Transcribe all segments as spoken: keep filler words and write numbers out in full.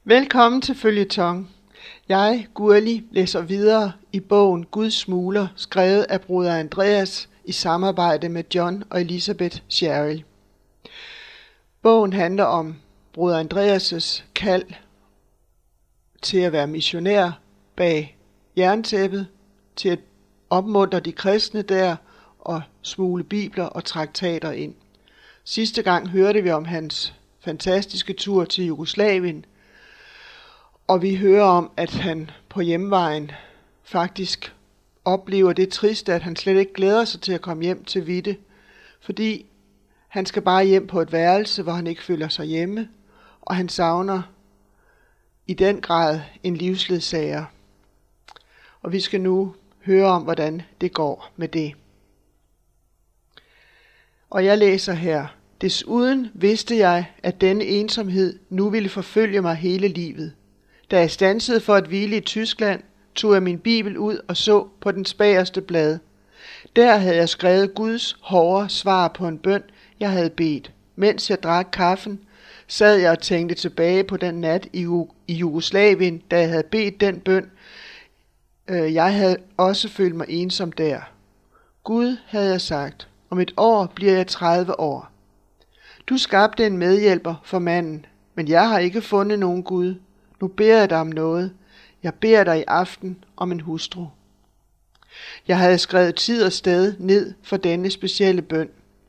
Velkommen til Føljeton. Jeg, Gurli, læser videre i bogen Guds smugler, skrevet af broder Andreas i samarbejde med John og Elisabeth Sherrill. Bogen handler om broder Andreas' kald til at være missionær bag jerntæppet, til at opmuntre de kristne der og smugle bibler og traktater ind. Sidste gang hørte vi om hans fantastiske tur til Jugoslavien, og vi hører om, at han på hjemvejen faktisk oplever det triste, at han slet ikke glæder sig til at komme hjem til Witte, fordi han skal bare hjem på et værelse, hvor han ikke føler sig hjemme, og han savner i den grad en livsledsager. Og vi skal nu høre om, hvordan det går med det. Og jeg læser her: Desuden vidste jeg, at denne ensomhed nu ville forfølge mig hele livet. Da jeg standsede for at hvile i Tyskland, tog jeg min bibel ud og så på den bagerste blad. Der havde jeg skrevet Guds hårde svar på en bøn, jeg havde bedt. Mens jeg drak kaffen, sad jeg og tænkte tilbage på den nat i, Ju- i Jugoslavien, da jeg havde bedt den bøn. Øh, jeg havde også følt mig ensom der. Gud, havde jeg sagt, om et år bliver jeg tredive år. Du skabte en medhjælper for manden, men jeg har ikke fundet nogen Gud. Nu beder jeg dig om noget. Jeg beder dig i aften om en hustru. Jeg havde skrevet tid og sted ned for denne specielle bøn.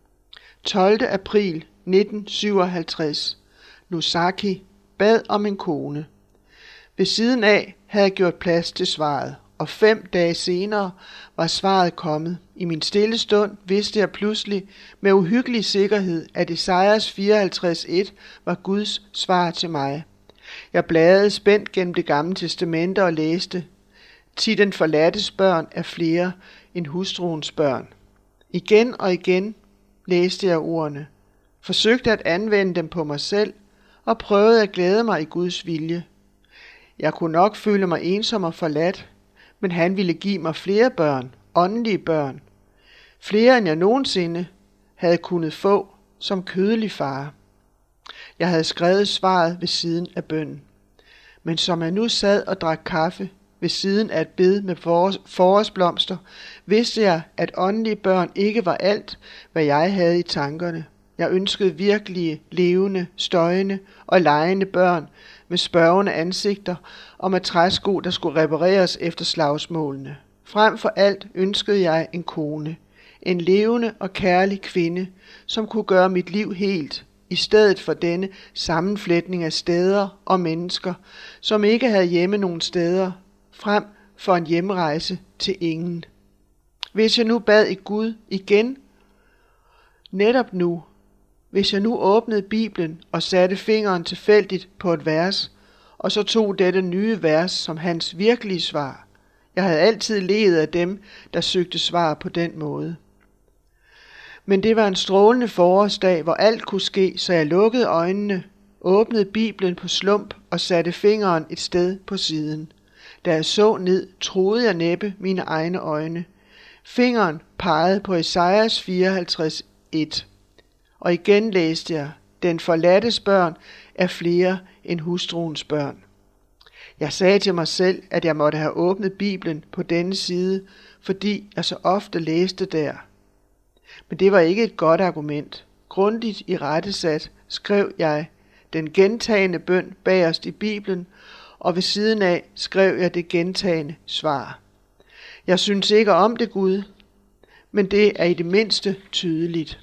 tolvte april nitten syvoghalvtreds. Lusaki bad om en kone. Ved siden af havde jeg gjort plads til svaret, og fem dage senere var svaret kommet. I min stille stund vidste jeg pludselig med uhyggelig sikkerhed, at Esajas fireoghalvtreds et var Guds svar til mig. Jeg bladrede spændt gennem det gamle testamente og læste: Ti den forladtes børn er flere end hustruens børn. Igen og igen læste jeg ordene, forsøgte at anvende dem på mig selv og prøvede at glæde mig i Guds vilje. Jeg kunne nok føle mig ensom og forladt, men han ville give mig flere børn, åndelige børn. Flere end jeg nogensinde havde kunnet få som kødelig far. Jeg havde skrevet svaret ved siden af bønnen. Men som jeg nu sad og drak kaffe ved siden af et bed med forårsblomster, vidste jeg, at åndelige børn ikke var alt, hvad jeg havde i tankerne. Jeg ønskede virkelige, levende, støjende og legende børn med spørgende ansigter og med træsko, der skulle repareres efter slagsmålene. Frem for alt ønskede jeg en kone, en levende og kærlig kvinde, som kunne gøre mit liv helt, i stedet for denne sammenflætning af steder og mennesker, som ikke havde hjemme nogen steder, frem for en hjemrejse til ingen. Hvis jeg nu bad i Gud igen, netop nu, hvis jeg nu åbnede Bibelen og satte fingeren tilfældigt på et vers, og så tog dette nye vers som hans virkelige svar. Jeg havde altid ledet af dem, der søgte svar på den måde. Men det var en strålende forårsdag, hvor alt kunne ske, så jeg lukkede øjnene, åbnede Bibelen på slump og satte fingeren et sted på siden. Da jeg så ned, troede jeg næppe mine egne øjne. Fingeren pegede på Esajas fireoghalvtreds et. Og igen læste jeg: Den forladtes børn er flere end hustruens børn. Jeg sagde til mig selv, at jeg måtte have åbnet Bibelen på denne side, fordi jeg så ofte læste der. Men det var ikke et godt argument. Grundigt i rettesat skrev jeg den gentagende bøn bagerst i Bibelen, og ved siden af skrev jeg det gentagende svar. Jeg synes ikke om det, Gud, men det er i det mindste tydeligt.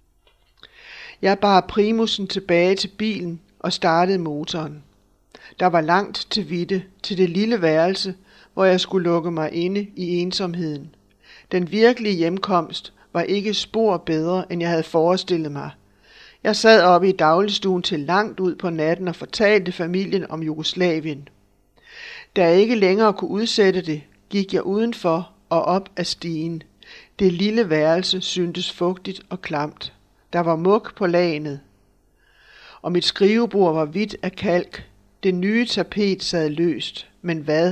Jeg bar primusen tilbage til bilen og startede motoren. Der var langt til Witte, til det lille værelse, hvor jeg skulle lukke mig inde i ensomheden. Den virkelige hjemkomst var ikke spor bedre, end jeg havde forestillet mig. Jeg sad oppe i dagligstuen til langt ud på natten og fortalte familien om Jugoslavien. Da jeg ikke længere kunne udsætte det, gik jeg udenfor og op ad stigen. Det lille værelse syntes fugtigt og klamt. Der var mug på lagenet, og mit skrivebord var hvidt af kalk. Det nye tapet sad løst, men hvad?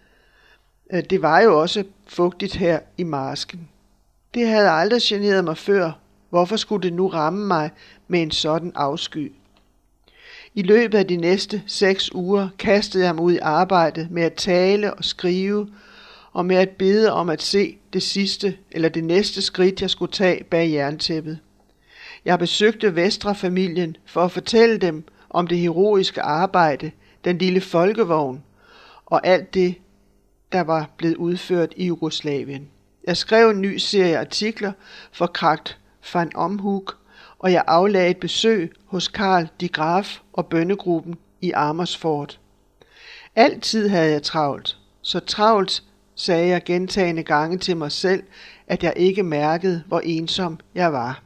Det var jo også fugtigt her i marsken. Det havde aldrig generet mig før. Hvorfor skulle det nu ramme mig med en sådan afsky? I løbet af de næste seks uger kastede jeg mig ud i arbejdet med at tale og skrive, og med at bede om at se det sidste eller det næste skridt, jeg skulle tage bag jerntæppet. Jeg besøgte Vestra-familien for at fortælle dem om det heroiske arbejde, den lille folkevogn og alt det, der var blevet udført i Jugoslavien. Jeg skrev en ny serie artikler for Kragt van Omhoek, og jeg aflagde et besøg hos Karl de Graaf og bønnegruppen i Amersfoort. Altid havde jeg travlt, så travlt sagde jeg gentagne gange til mig selv, at jeg ikke mærkede, hvor ensom jeg var.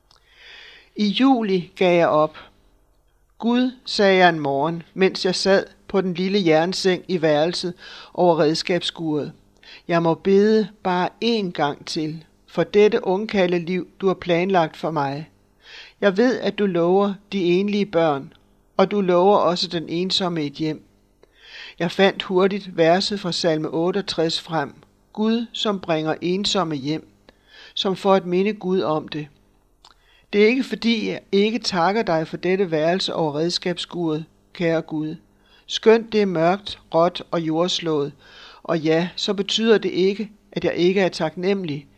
I juli gav jeg op. Gud, sagde jeg en morgen, mens jeg sad på den lille jernseng i værelset over redskabsskuret. Jeg må bede bare én gang til, for dette ungkaldeliv, du har planlagt for mig. Jeg ved, at du lover de enlige børn, og du lover også den ensomme et hjem. Jeg fandt hurtigt verset fra salme otteogtres frem. Gud, som bringer ensomme hjem, som får at minde Gud om det. Det er ikke fordi, jeg ikke takker dig for dette værelse over redskabsskuret, kære Gud. Skønt det er mørkt, råt og jordslået, og ja, så betyder det ikke, at jeg ikke er taknemmelig.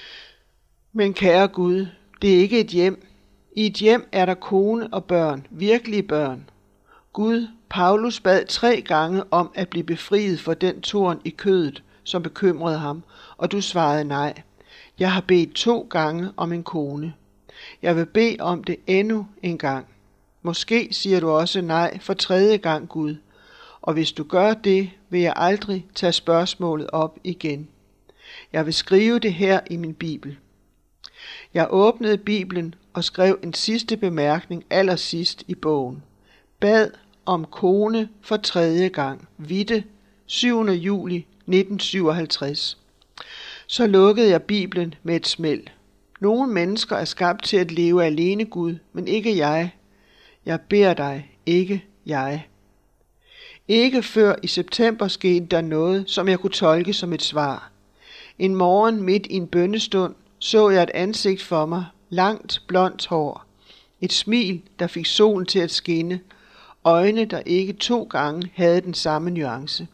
Men kære Gud, det er ikke et hjem. I et hjem er der kone og børn, virkelige børn. Gud, Paulus bad tre gange om at blive befriet for den torn i kødet, som bekymrede ham, og du svarede nej. Jeg har bedt to gange om en kone. Jeg vil bede om det endnu en gang. Måske siger du også nej for tredje gang, Gud, og hvis du gør det, vil jeg aldrig tage spørgsmålet op igen. Jeg vil skrive det her i min bibel. Jeg åbnede Bibelen og skrev en sidste bemærkning allersidst i bogen. Bad om kone for tredje gang. Witte, syvende juli nitten syvoghalvtreds. Så lukkede jeg Bibelen med et smæld. Nogle mennesker er skabt til at leve alene, Gud, men ikke jeg. Jeg beder dig, ikke jeg. Ikke før i september skete der noget, som jeg kunne tolke som et svar. En morgen midt i en bønnestund så jeg et ansigt for mig, langt blondt hår. Et smil, der fik solen til at skinne. Øjne, der ikke to gange havde den samme nuance.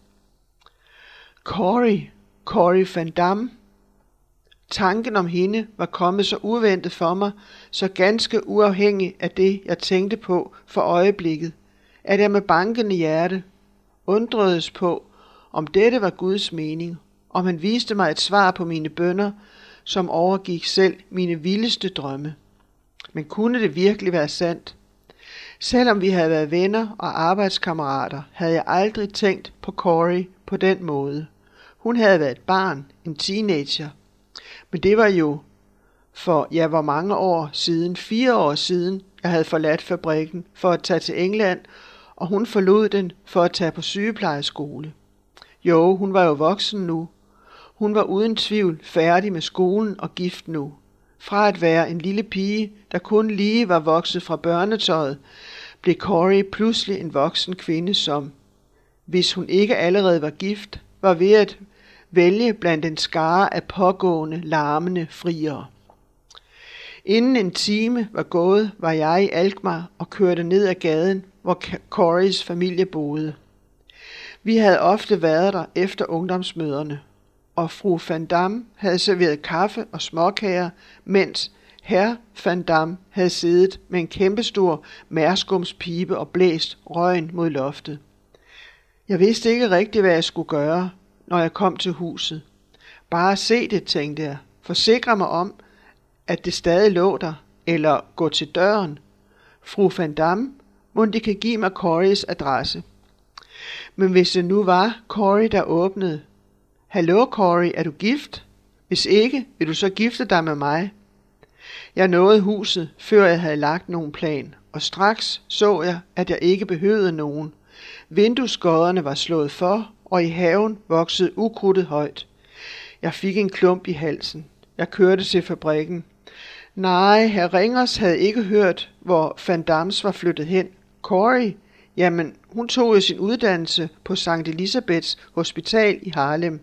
Corrie, Corrie van Dam. Tanken om hende var kommet så uventet for mig, så ganske uafhængig af det, jeg tænkte på for øjeblikket, at jeg med bankende hjerte undredes på, om dette var Guds mening, om han viste mig et svar på mine bønner, som overgik selv mine vildeste drømme. Men kunne det virkelig være sandt? Selvom vi havde været venner og arbejdskammerater, havde jeg aldrig tænkt på Corrie på den måde. Hun havde været et barn, en teenager. Men det var jo for, ja, hvor mange år siden, fire år siden, jeg havde forladt fabrikken for at tage til England, og hun forlod den for at tage på sygeplejeskole. Jo, hun var jo voksen nu. Hun var uden tvivl færdig med skolen og gift nu. Fra at være en lille pige, der kun lige var vokset fra børnetøjet, blev Corrie pludselig en voksen kvinde, som, hvis hun ikke allerede var gift, var ved at vælge blandt en skare af pågående, larmende friere. Inden en time var gået, var jeg i Alkmaar og kørte ned ad gaden, hvor Corries familie boede. Vi havde ofte været der efter ungdomsmøderne, og fru van Dam havde serveret kaffe og småkager, mens herr van Dam havde siddet med en kæmpestor mærskumspibe og blæst røgen mod loftet. Jeg vidste ikke rigtigt, hvad jeg skulle gøre, når jeg kom til huset. Bare se det, tænkte jeg. Forsikre mig om, at det stadig lå der, eller gå til døren. Fru van Dam, mon de kan give mig Corries adresse. Men hvis det nu var Corrie, der åbnede. Hallo Corrie, er du gift? Hvis ikke, vil du så gifte dig med mig? Jeg nåede huset, før jeg havde lagt nogen plan, og straks så jeg, at jeg ikke behøvede nogen. Vinduesskodderne var slået for, og i haven voksede ukrudtet højt. Jeg fik en klump i halsen. Jeg kørte til fabrikken. Nej, herr Ringers havde ikke hørt, hvor Van Dams var flyttet hen. Corrie? Jamen, hun tog jo sin uddannelse på Sankt Elisabeths Hospital i Harlem.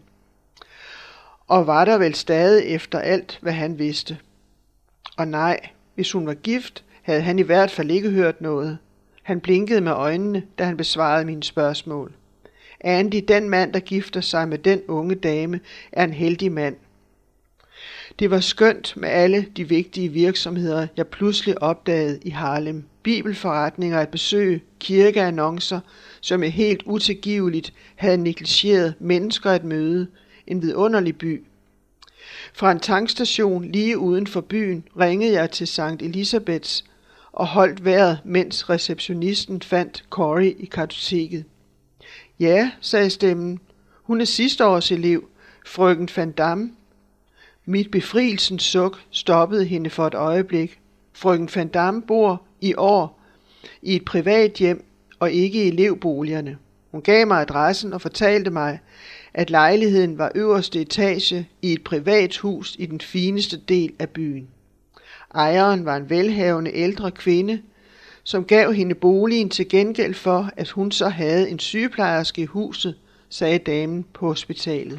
Og var der vel stadig efter alt, hvad han vidste. Og nej, hvis hun var gift, havde han i hvert fald ikke hørt noget. Han blinkede med øjnene, da han besvarede mine spørgsmål. Andy, den mand, der gifter sig med den unge dame, er en heldig mand. Det var skønt med alle de vigtige virksomheder, jeg pludselig opdagede i Harlem. Bibelforretninger at besøge, kirkeannoncer, som jeg helt utilgiveligt havde negligeret, mennesker at møde. En vidunderlig by. Fra en tankstation lige uden for byen ringede jeg til Sankt Elisabeths og holdt vejret, mens receptionisten fandt Corey i kartoteket. Ja, sagde stemmen. Hun er sidste års elev, frøken Van Damme. Mit befrielsens suk stoppede hende for et øjeblik. Frøken Van Damme bor i år i et privat hjem og ikke i elevboligerne. Hun gav mig adressen og fortalte mig, at lejligheden var øverste etage i et privat hus i den fineste del af byen. Ejeren var en velhavende ældre kvinde, som gav hende boligen til gengæld for, at hun så havde en sygeplejerske i huset, sagde damen på hospitalet.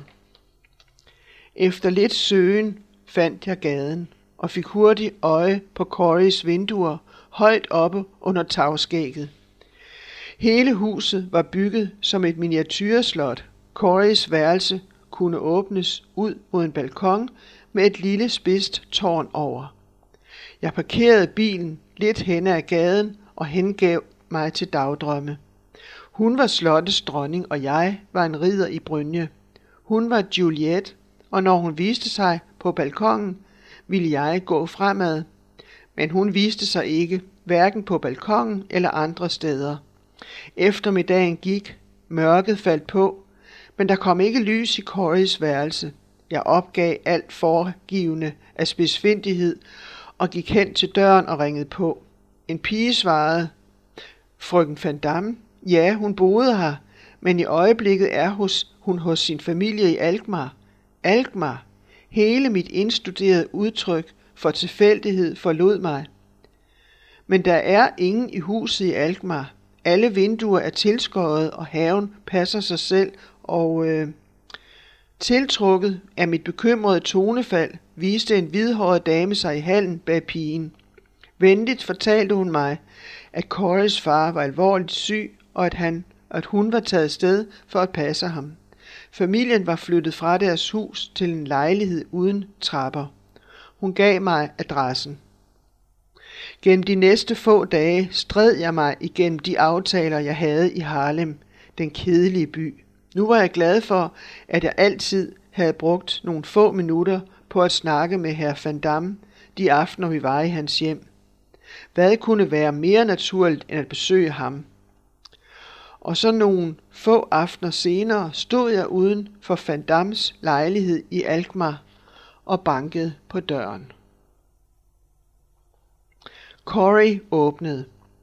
Efter lidt søgen fandt jeg gaden og fik hurtigt øje på Corys vinduer højt oppe under tagskægget. Hele huset var bygget som et miniatureslot. Corys værelse kunne åbnes ud mod en balkon med et lille spidst tårn over. Jeg parkerede bilen lidt henne ad gaden og hengav mig til dagdrømme. Hun var slottets dronning, og jeg var en ridder i brynje. Hun var Juliet, og når hun viste sig på balkongen, ville jeg gå fremad. Men hun viste sig ikke, hverken på balkongen eller andre steder. Eftermiddagen gik, mørket faldt på, men der kom ikke lys i Corys værelse. Jeg opgav alt foregivende af spidsfindighed og gik hen til døren og ringede på. En pige svarede, frøken Van Damme. Ja, hun boede her, men i øjeblikket er hos, hun hos sin familie i Alkmaar. Alkmaar. Hele mit indstuderede udtryk for tilfældighed forlod mig. Men der er ingen i huset i Alkmaar. Alle vinduer er tilskåret, og haven passer sig selv, og øh, tiltrukket af mit bekymrede tonefald, viste en hvidhåret dame sig i hallen bag pigen. Venligt fortalte hun mig, at Corys far var alvorligt syg, og at, han, at hun var taget sted for at passe ham. Familien var flyttet fra deres hus til en lejlighed uden trapper. Hun gav mig adressen. Gennem de næste få dage stred jeg mig igennem de aftaler, jeg havde i Harlem, den kedelige by. Nu var jeg glad for, at jeg altid havde brugt nogle få minutter på at snakke med herr Van Damme de aftener, vi var i hans hjem. Hvad kunne være mere naturligt end at besøge ham? Og så nogle få aftener senere stod jeg uden for Van Dammes lejlighed i Alkmaar og bankede på døren. Corey åbnede.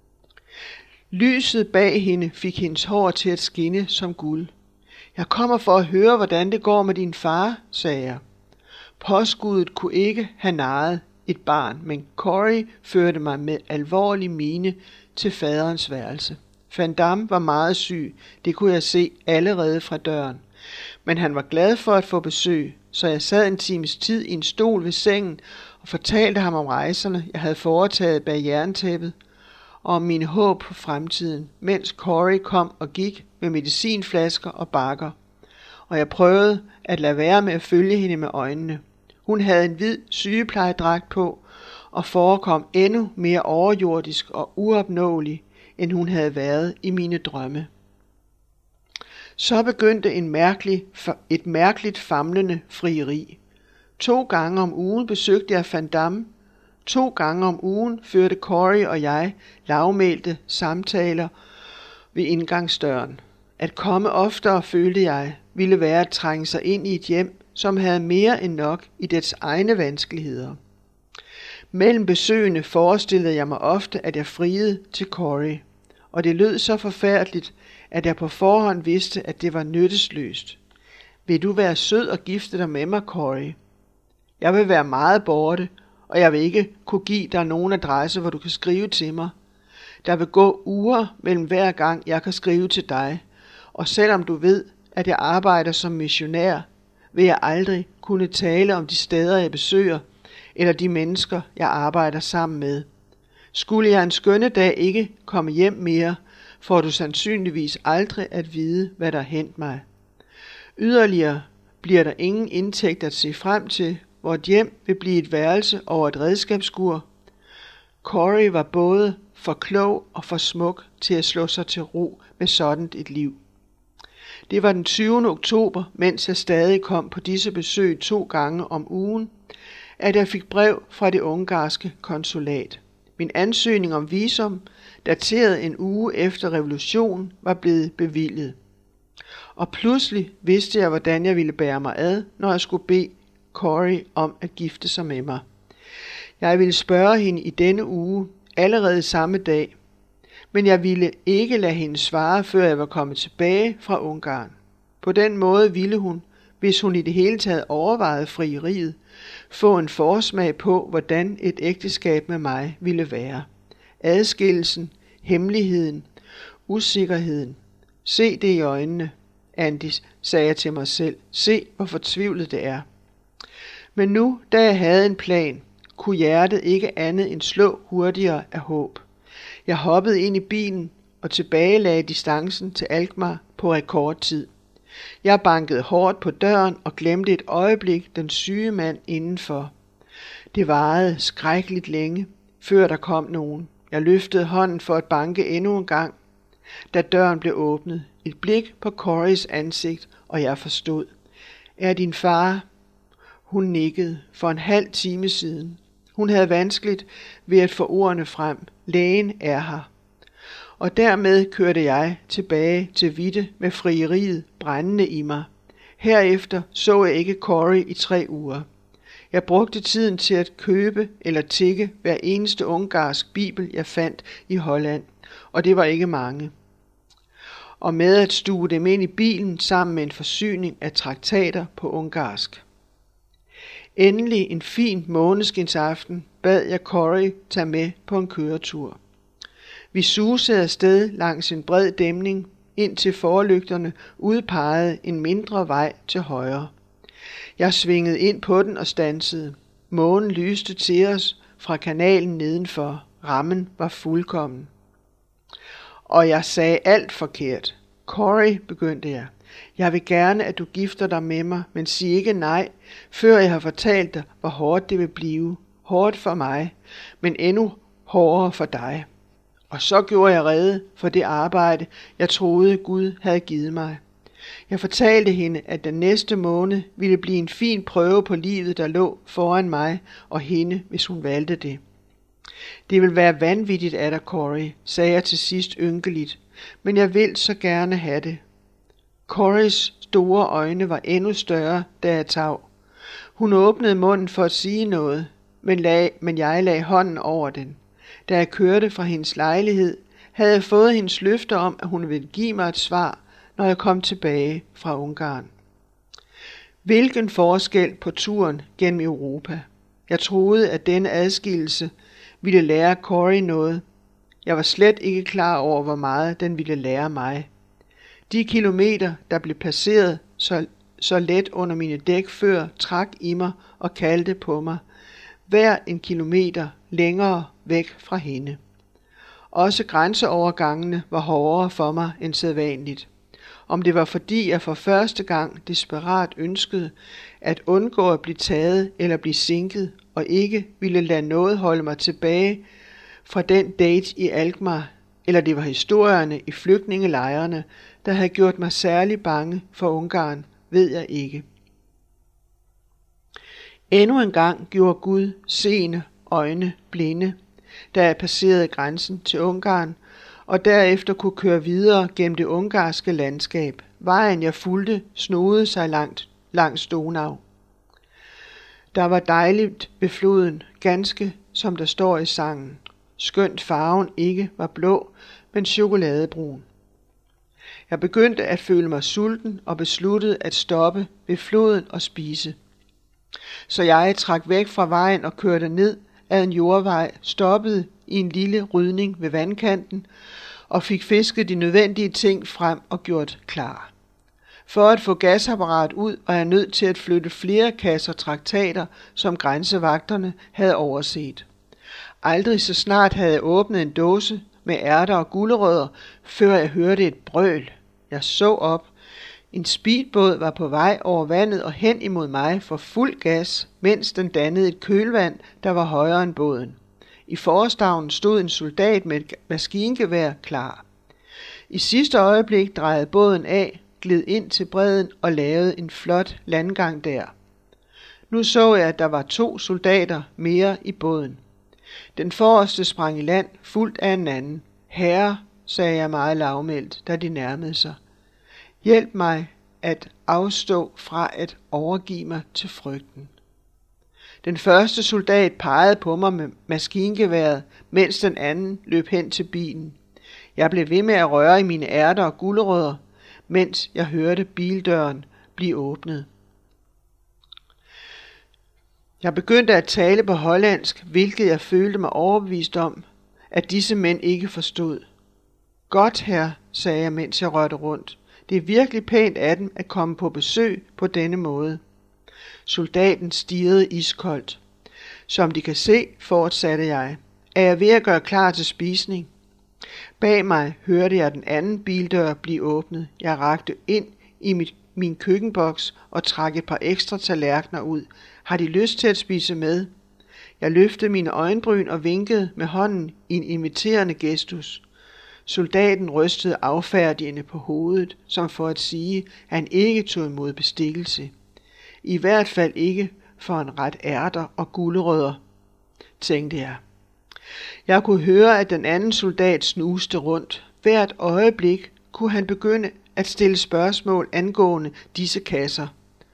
Lyset bag hende fik hendes hår til at skinne som guld. Jeg kommer for at høre, hvordan det går med din far, sagde jeg. Påskuddet kunne ikke have narret et barn, men Corey førte mig med alvorlig mine til faderens værelse. Van Damme var meget syg, det kunne jeg se allerede fra døren. Men han var glad for at få besøg, så jeg sad en times tid i en stol ved sengen og fortalte ham om rejserne, jeg havde foretaget bag jerntæppet, og om mine håb på fremtiden, mens Corey kom og gik med medicinflasker og bakker. Og jeg prøvede at lade være med at følge hende med øjnene. Hun havde en hvid sygeplejedragt på og forekom endnu mere overjordisk og uopnåelig, end hun havde været i mine drømme. Så begyndte en mærkelig, et mærkeligt famlende frieri. To gange om ugen besøgte jeg Van Damme. To gange om ugen førte Corey og jeg lavmælte samtaler ved indgangsdøren. At komme oftere, følte jeg, ville være at trænge sig ind i et hjem, som havde mere end nok i dets egne vanskeligheder. Mellem besøgene forestillede jeg mig ofte, at jeg friede til Corey, og det lød så forfærdeligt, at jeg på forhånd vidste, at det var nyttesløst. Vil du være sød og gifte dig med mig, Corey? Jeg vil være meget borte, og jeg vil ikke kunne give dig nogen adresse, hvor du kan skrive til mig. Der vil gå uger mellem hver gang, jeg kan skrive til dig, og selvom du ved, at jeg arbejder som missionær, vil jeg aldrig kunne tale om de steder, jeg besøger, eller de mennesker, jeg arbejder sammen med. Skulle jeg en skønne dag ikke komme hjem mere, får du sandsynligvis aldrig at vide, hvad der er hent mig. Yderligere bliver der ingen indtægt at se frem til, vort hjem vil blive et værelse over et redskabsskur. Corey var både for klog og for smuk til at slå sig til ro med sådan et liv. Det var den tyvende oktober, mens jeg stadig kom på disse besøg to gange om ugen, at jeg fik brev fra det ungarske konsulat. Min ansøgning om visum, dateret en uge efter revolutionen, var blevet bevilget. Og pludselig vidste jeg, hvordan jeg ville bære mig ad, når jeg skulle bede Corey om at gifte sig med mig. Jeg ville spørge hende i denne uge, allerede samme dag, men jeg ville ikke lade hende svare, før jeg var kommet tilbage fra Ungarn. På den måde ville hun, hvis hun i det hele taget overvejede frieriet, få en forsmag på, hvordan et ægteskab med mig ville være. Adskillelsen, hemmeligheden, usikkerheden. Se det i øjnene, Andis, sagde jeg til mig selv. Se, hvor fortvivlet det er. Men nu, da jeg havde en plan, kunne hjertet ikke andet end slå hurtigere af håb. Jeg hoppede ind i bilen og tilbagelagde distancen til Alkmaar på rekordtid. Jeg bankede hårdt på døren og glemte et øjeblik den syge mand indenfor. Det varede skrækkeligt længe, før der kom nogen. Jeg løftede hånden for at banke endnu en gang, da døren blev åbnet. Et blik på Corys ansigt, og jeg forstod. Er din far? Hun nikkede for en halv time siden. Hun havde vanskeligt ved at få ordene frem. Lægen er her. Og dermed kørte jeg tilbage til Witte med frieriet brændende i mig. Herefter så jeg ikke Corey i tre uger. Jeg brugte tiden til at købe eller tikke hver eneste ungarsk bibel, jeg fandt i Holland, og det var ikke mange. Og med at stue dem ind i bilen sammen med en forsyning af traktater på ungarsk. Endelig en fin måneskinsaften bad jeg Corey tage med på en køretur. Vi susede afsted langs en bred dæmning, indtil forlygterne udpegede en mindre vej til højre. Jeg svingede ind på den og standsede. Månen lyste til os fra kanalen nedenfor. Rammen var fuldkommen. Og jeg sagde alt forkert. Corey, begyndte jeg. Jeg vil gerne, at du gifter dig med mig, men sig ikke nej, før jeg har fortalt dig, hvor hårdt det vil blive. Hårdt for mig, men endnu hårdere for dig. Og så gjorde jeg rede for det arbejde, jeg troede Gud havde givet mig. Jeg fortalte hende, at den næste måned ville blive en fin prøve på livet, der lå foran mig og hende, hvis hun valgte det. Det vil være vanvittigt af dig, Corey, sagde jeg til sidst ynkeligt, men jeg vil så gerne have det. Corys store øjne var endnu større, da jeg tav. Hun åbnede munden for at sige noget, men, lag, men jeg lagde hånden over den. Da jeg kørte fra hendes lejlighed, havde jeg fået hendes løfter om, at hun ville give mig et svar, når jeg kom tilbage fra Ungarn. Hvilken forskel på turen gennem Europa. Jeg troede, at denne adskillelse ville lære Corey noget. Jeg var slet ikke klar over, hvor meget den ville lære mig. De kilometer, der blev passeret så, så let under mine dæk før, trak i mig og kaldte på mig. Hver en kilometer længere væk fra hende. Også grænseovergangene var hårdere for mig end sædvanligt. Om det var fordi jeg for første gang desperat ønskede at undgå at blive taget eller blive sinket, og ikke ville lade noget holde mig tilbage fra den date i Alkmaar, eller det var historierne i flygtningelejrene, der havde gjort mig særlig bange for Ungarn, ved jeg ikke. Endnu en gang gjorde Gud seende øjne blinde, da jeg passerede grænsen til Ungarn, og derefter kunne køre videre gennem det ungarske landskab. Vejen jeg fulgte snodede sig langt langs Donau. Der var dejligt ved floden, ganske som der står i sangen. Skønt farven ikke var blå, men chokoladebrun. Jeg begyndte at føle mig sulten og besluttede at stoppe ved floden og spise. Så jeg trak væk fra vejen og kørte ned ad en jordvej, stoppede i en lille rydning ved vandkanten og fik fisket de nødvendige ting frem og gjort klar. For at få gasapparat ud, var jeg nødt til at flytte flere kasser traktater, som grænsevagterne havde overset. Aldrig så snart havde jeg åbnet en dåse med ærter og gulerødder, før jeg hørte et brøl. Jeg så op. En speedbåd var på vej over vandet og hen imod mig for fuld gas, mens den dannede et kølvand, der var højere end båden. I forstavnen stod en soldat med et maskingevær klar. I sidste øjeblik drejede båden af, gled ind til bredden og lavede en flot landgang der. Nu så jeg, at der var to soldater mere i båden. Den forreste sprang i land, fuldt af en anden. Herre, sagde jeg meget lavmældt, da de nærmede sig. Hjælp mig at afstå fra at overgive mig til frygten. Den første soldat pegede på mig med maskingeværet, mens den anden løb hen til bilen. Jeg blev ved med at røre i mine ærter og gulerødder, mens jeg hørte bildøren blive åbnet. Jeg begyndte at tale på hollandsk, hvilket jeg følte mig overbevist om, at disse mænd ikke forstod. Godt, herre, sagde jeg, mens jeg rørte rundt. Det er virkelig pænt af dem at komme på besøg på denne måde. Soldaten stirrede iskoldt. Som de kan se, fortsatte jeg, er jeg ved at gøre klar til spisning. Bag mig hørte jeg den anden bildør blive åbnet. Jeg rakte ind i mit, min køkkenboks og trak et par ekstra tallerkener ud. Har de lyst til at spise med? Jeg løftede mine øjenbryn og vinkede med hånden i en imiterende gestus. Soldaten rystede affærdigende på hovedet, som for at sige, at han ikke tog imod bestikkelse. I hvert fald ikke for en ret ærter og gulerødder, tænkte jeg. Jeg kunne høre, at den anden soldat snuste rundt. Hvert øjeblik kunne han begynde at stille spørgsmål angående disse kasser.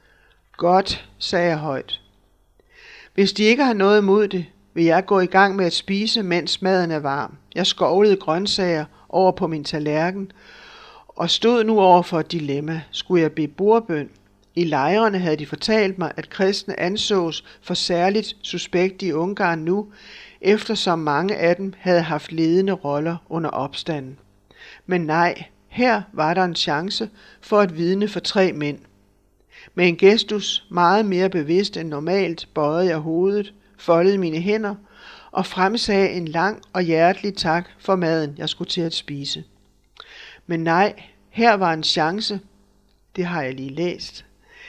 Godt, sagde jeg højt. Hvis de ikke har noget imod det, vil jeg gå i gang med at spise, mens maden er varm. Jeg skovlede grøntsager over på min tallerken og stod nu over for et dilemma. Skulle jeg bede bordbøn? I lejrene havde de fortalt mig, at kristne ansås for særligt suspekte i Ungarn nu, eftersom mange af dem havde haft ledende roller under opstanden. Men nej, her var der en chance for at vidne for tre mænd. Med en gestus meget mere bevidst end normalt bøjede jeg hovedet, foldede mine hænder og fremsagde en lang og hjertelig tak for maden, jeg skulle til at spise. Men nej, her var en chance. Det har jeg lige læst.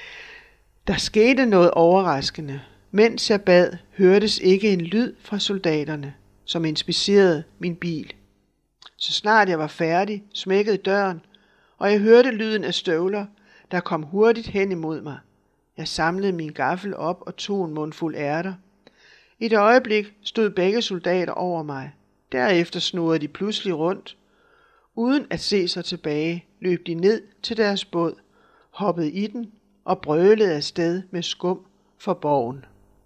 Der skete noget overraskende. Mens jeg bad, hørtes ikke en lyd fra soldaterne, som inspicerede min bil. Så snart jeg var færdig, smækkede døren, og jeg hørte lyden af støvler, der kom hurtigt hen imod mig. Jeg samlede min gaffel op og tog en mundfuld ærter. I et øjeblik stod begge soldater over mig. Derefter snurrede de pludselig rundt. Uden at se sig tilbage, løb de ned til deres båd, hoppede i den og brølede afsted med skum for borgen.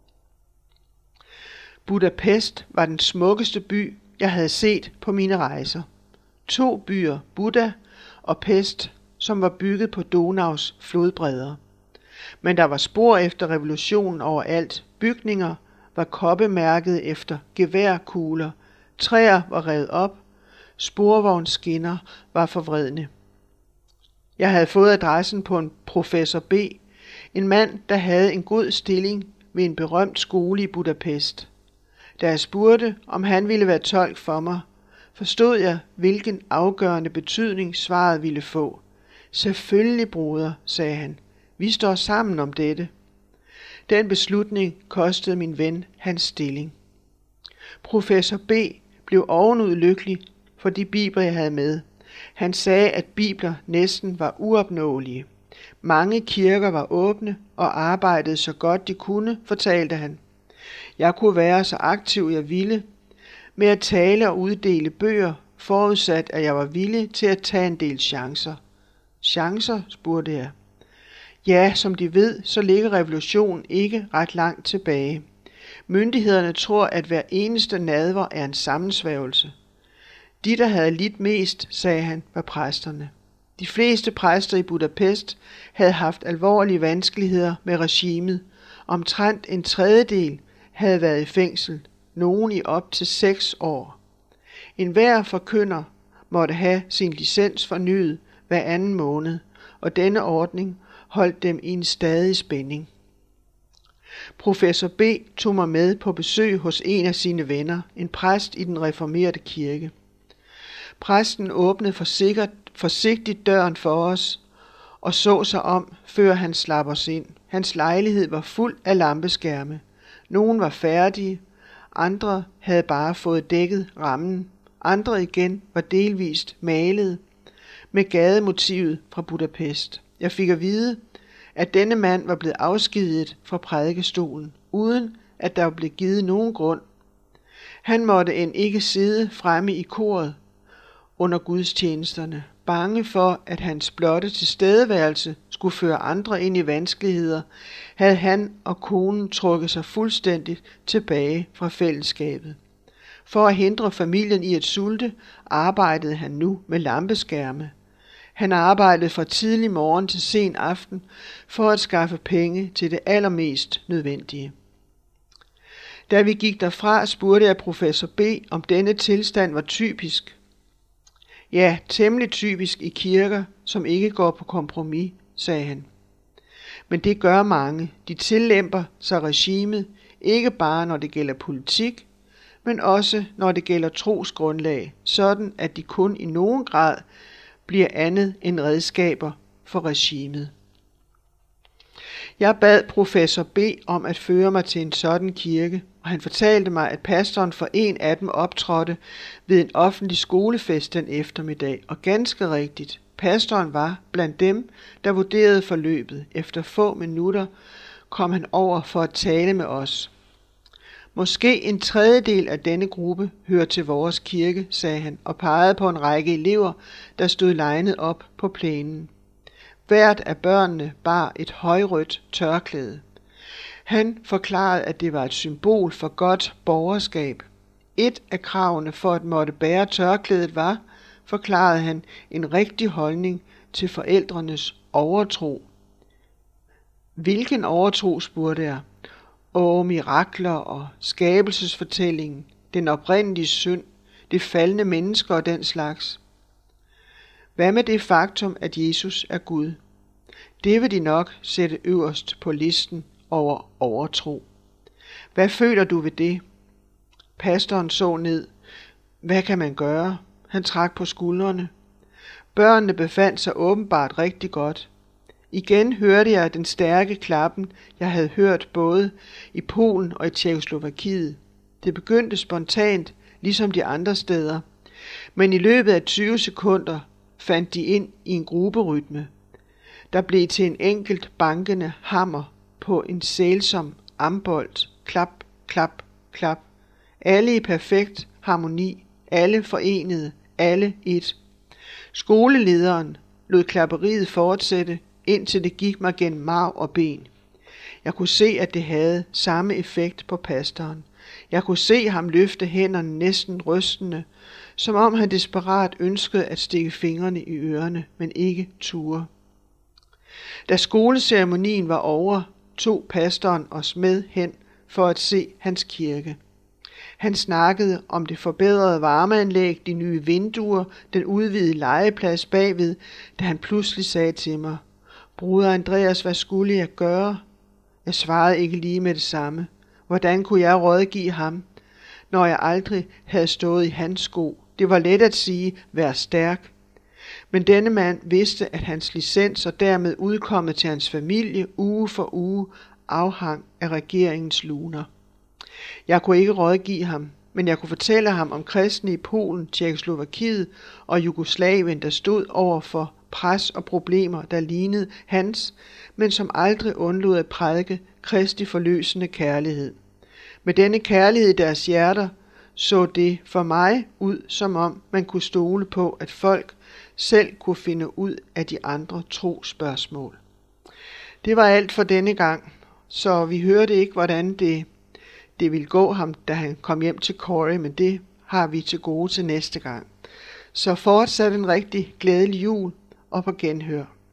Budapest var den smukkeste by, jeg havde set på mine rejser. To byer, Buda og Pest, som var bygget på Donaus flodbredder. Men der var spor efter revolutionen overalt. Bygninger var koppemærket efter geværkugler. Træer var revet op. Sporvognsskinner var forvredne. Jeg havde fået adressen på en professor B, en mand, der havde en god stilling ved en berømt skole i Budapest. Da jeg spurgte, om han ville være tolk for mig, forstod jeg, hvilken afgørende betydning svaret ville få. Selvfølgelig, broder, sagde han. Vi står sammen om dette. Den beslutning kostede min ven hans stilling. Professor B blev ovenud lykkelig for de bibler, jeg havde med. Han sagde, at bibler næsten var uopnåelige. Mange kirker var åbne og arbejdede så godt de kunne, fortalte han. Jeg kunne være så aktiv jeg ville med at tale og uddele bøger, forudsat at jeg var villig til at tage en del chancer. Chancer, spurgte jeg. Ja, som de ved, så ligger revolutionen ikke ret langt tilbage. Myndighederne tror, at hver eneste nadver er en sammensværgelse. De, der havde lidt mest, sagde han, var præsterne. De fleste præster i Budapest havde haft alvorlige vanskeligheder med regimet. Omtrent en tredjedel havde været i fængsel, nogen i op til seks år. En hver forkynder måtte have sin licens fornyet hver anden måned, og denne ordning holdt dem i en stadig spænding. Professor B. tog mig med på besøg hos en af sine venner, en præst i den reformerte kirke. Præsten åbnede forsikkert, forsigtigt døren for os og så sig om, før han slap os ind. Hans lejlighed var fuld af lampeskærme. Nogle var færdige, andre havde bare fået dækket rammen. Andre igen var delvist malet med gademotivet fra Budapest. Jeg fik at vide, at denne mand var blevet afskediget fra prædikestolen, uden at der var blevet givet nogen grund. Han måtte end ikke sidde fremme i koret under gudstjenesterne, bange for, at hans blotte tilstedeværelse skulle føre andre ind i vanskeligheder, havde han og konen trukket sig fuldstændigt tilbage fra fællesskabet. For at hindre familien i at sulte, arbejdede han nu med lampeskærme. Han arbejdede fra tidlig morgen til sen aften for at skaffe penge til det allermest nødvendige. Da vi gik derfra, spurgte jeg professor B, om denne tilstand var typisk. Ja, temmelig typisk i kirker, som ikke går på kompromis, sagde han. Men det gør mange. De tillemper sig regimet, ikke bare når det gælder politik, men også når det gælder trosgrundlag, sådan at de kun i nogen grad bliver andet end redskaber for regimet. Jeg bad professor B om at føre mig til en sådan kirke, og han fortalte mig, at pastoren for en af dem optrådte ved en offentlig skolefest den eftermiddag, og ganske rigtigt, pastoren var blandt dem, der vurderede forløbet. Efter få minutter kom han over for at tale med os. Måske en tredjedel af denne gruppe hører til vores kirke, sagde han, og pegede på en række elever, der stod legnet op på plænen. Hvert af børnene bar et højrødt tørklæde. Han forklarede, at det var et symbol for godt borgerskab. Et af kravene for at måtte bære tørklædet var, forklarede han, en rigtig holdning til forældrenes overtro. Hvilken overtro, spurgte jeg. Åh, mirakler og skabelsesfortællingen, den oprindelige synd, det faldne mennesker og den slags. Hvad med det faktum, at Jesus er Gud? Det vil de nok sætte øverst på listen over overtro. Hvad føler du ved det? Pastoren så ned. Hvad kan man gøre? Han trak på skuldrene. Børnene befandt sig åbenbart rigtig godt. Igen hørte jeg den stærke klappen, jeg havde hørt både i Polen og i Tjekkoslovakiet. Det begyndte spontant, ligesom de andre steder. Men i løbet af tyve sekunder fandt de ind i en grupperytme. Der blev til en enkelt bankende hammer på en sælsom ambolt. Klap, klap, klap. Alle i perfekt harmoni. Alle forenede. Alle et. Skolelederen lod klapperiet fortsætte, indtil det gik mig gennem marv og ben. Jeg kunne se, at det havde samme effekt på pastoren. Jeg kunne se ham løfte hænderne næsten rystende, som om han desperat ønskede at stikke fingrene i ørerne, men ikke turde. Da skoleceremonien var over, tog pastoren os med hen for at se hans kirke. Han snakkede om det forbedrede varmeanlæg, de nye vinduer, den udvidede legeplads bagved, da han pludselig sagde til mig, Broder Andreas, hvad skulle jeg gøre? Jeg svarede ikke lige med det samme. Hvordan kunne jeg rådgive ham, når jeg aldrig havde stået i hans sko? Det var let at sige, vær stærk. Men denne mand vidste, at hans licens og dermed udkommet til hans familie uge for uge afhang af regeringens luner. Jeg kunne ikke rådgive ham, men jeg kunne fortælle ham om kristne i Polen, Tjekkoslovakiet og Jugoslavien, der stod over for pres og problemer, der lignede hans, men som aldrig undlod at prædike Kristi forløsende kærlighed. Med denne kærlighed i deres hjerter så det for mig ud, som om man kunne stole på, at folk selv kunne finde ud af de andre trosspørgsmål. Det var alt for denne gang, så vi hørte ikke, hvordan det, det ville gå ham, da han kom hjem til Corey, men det har vi til gode til næste gang. Så fortsat en rigtig glædelig jul og på genhør.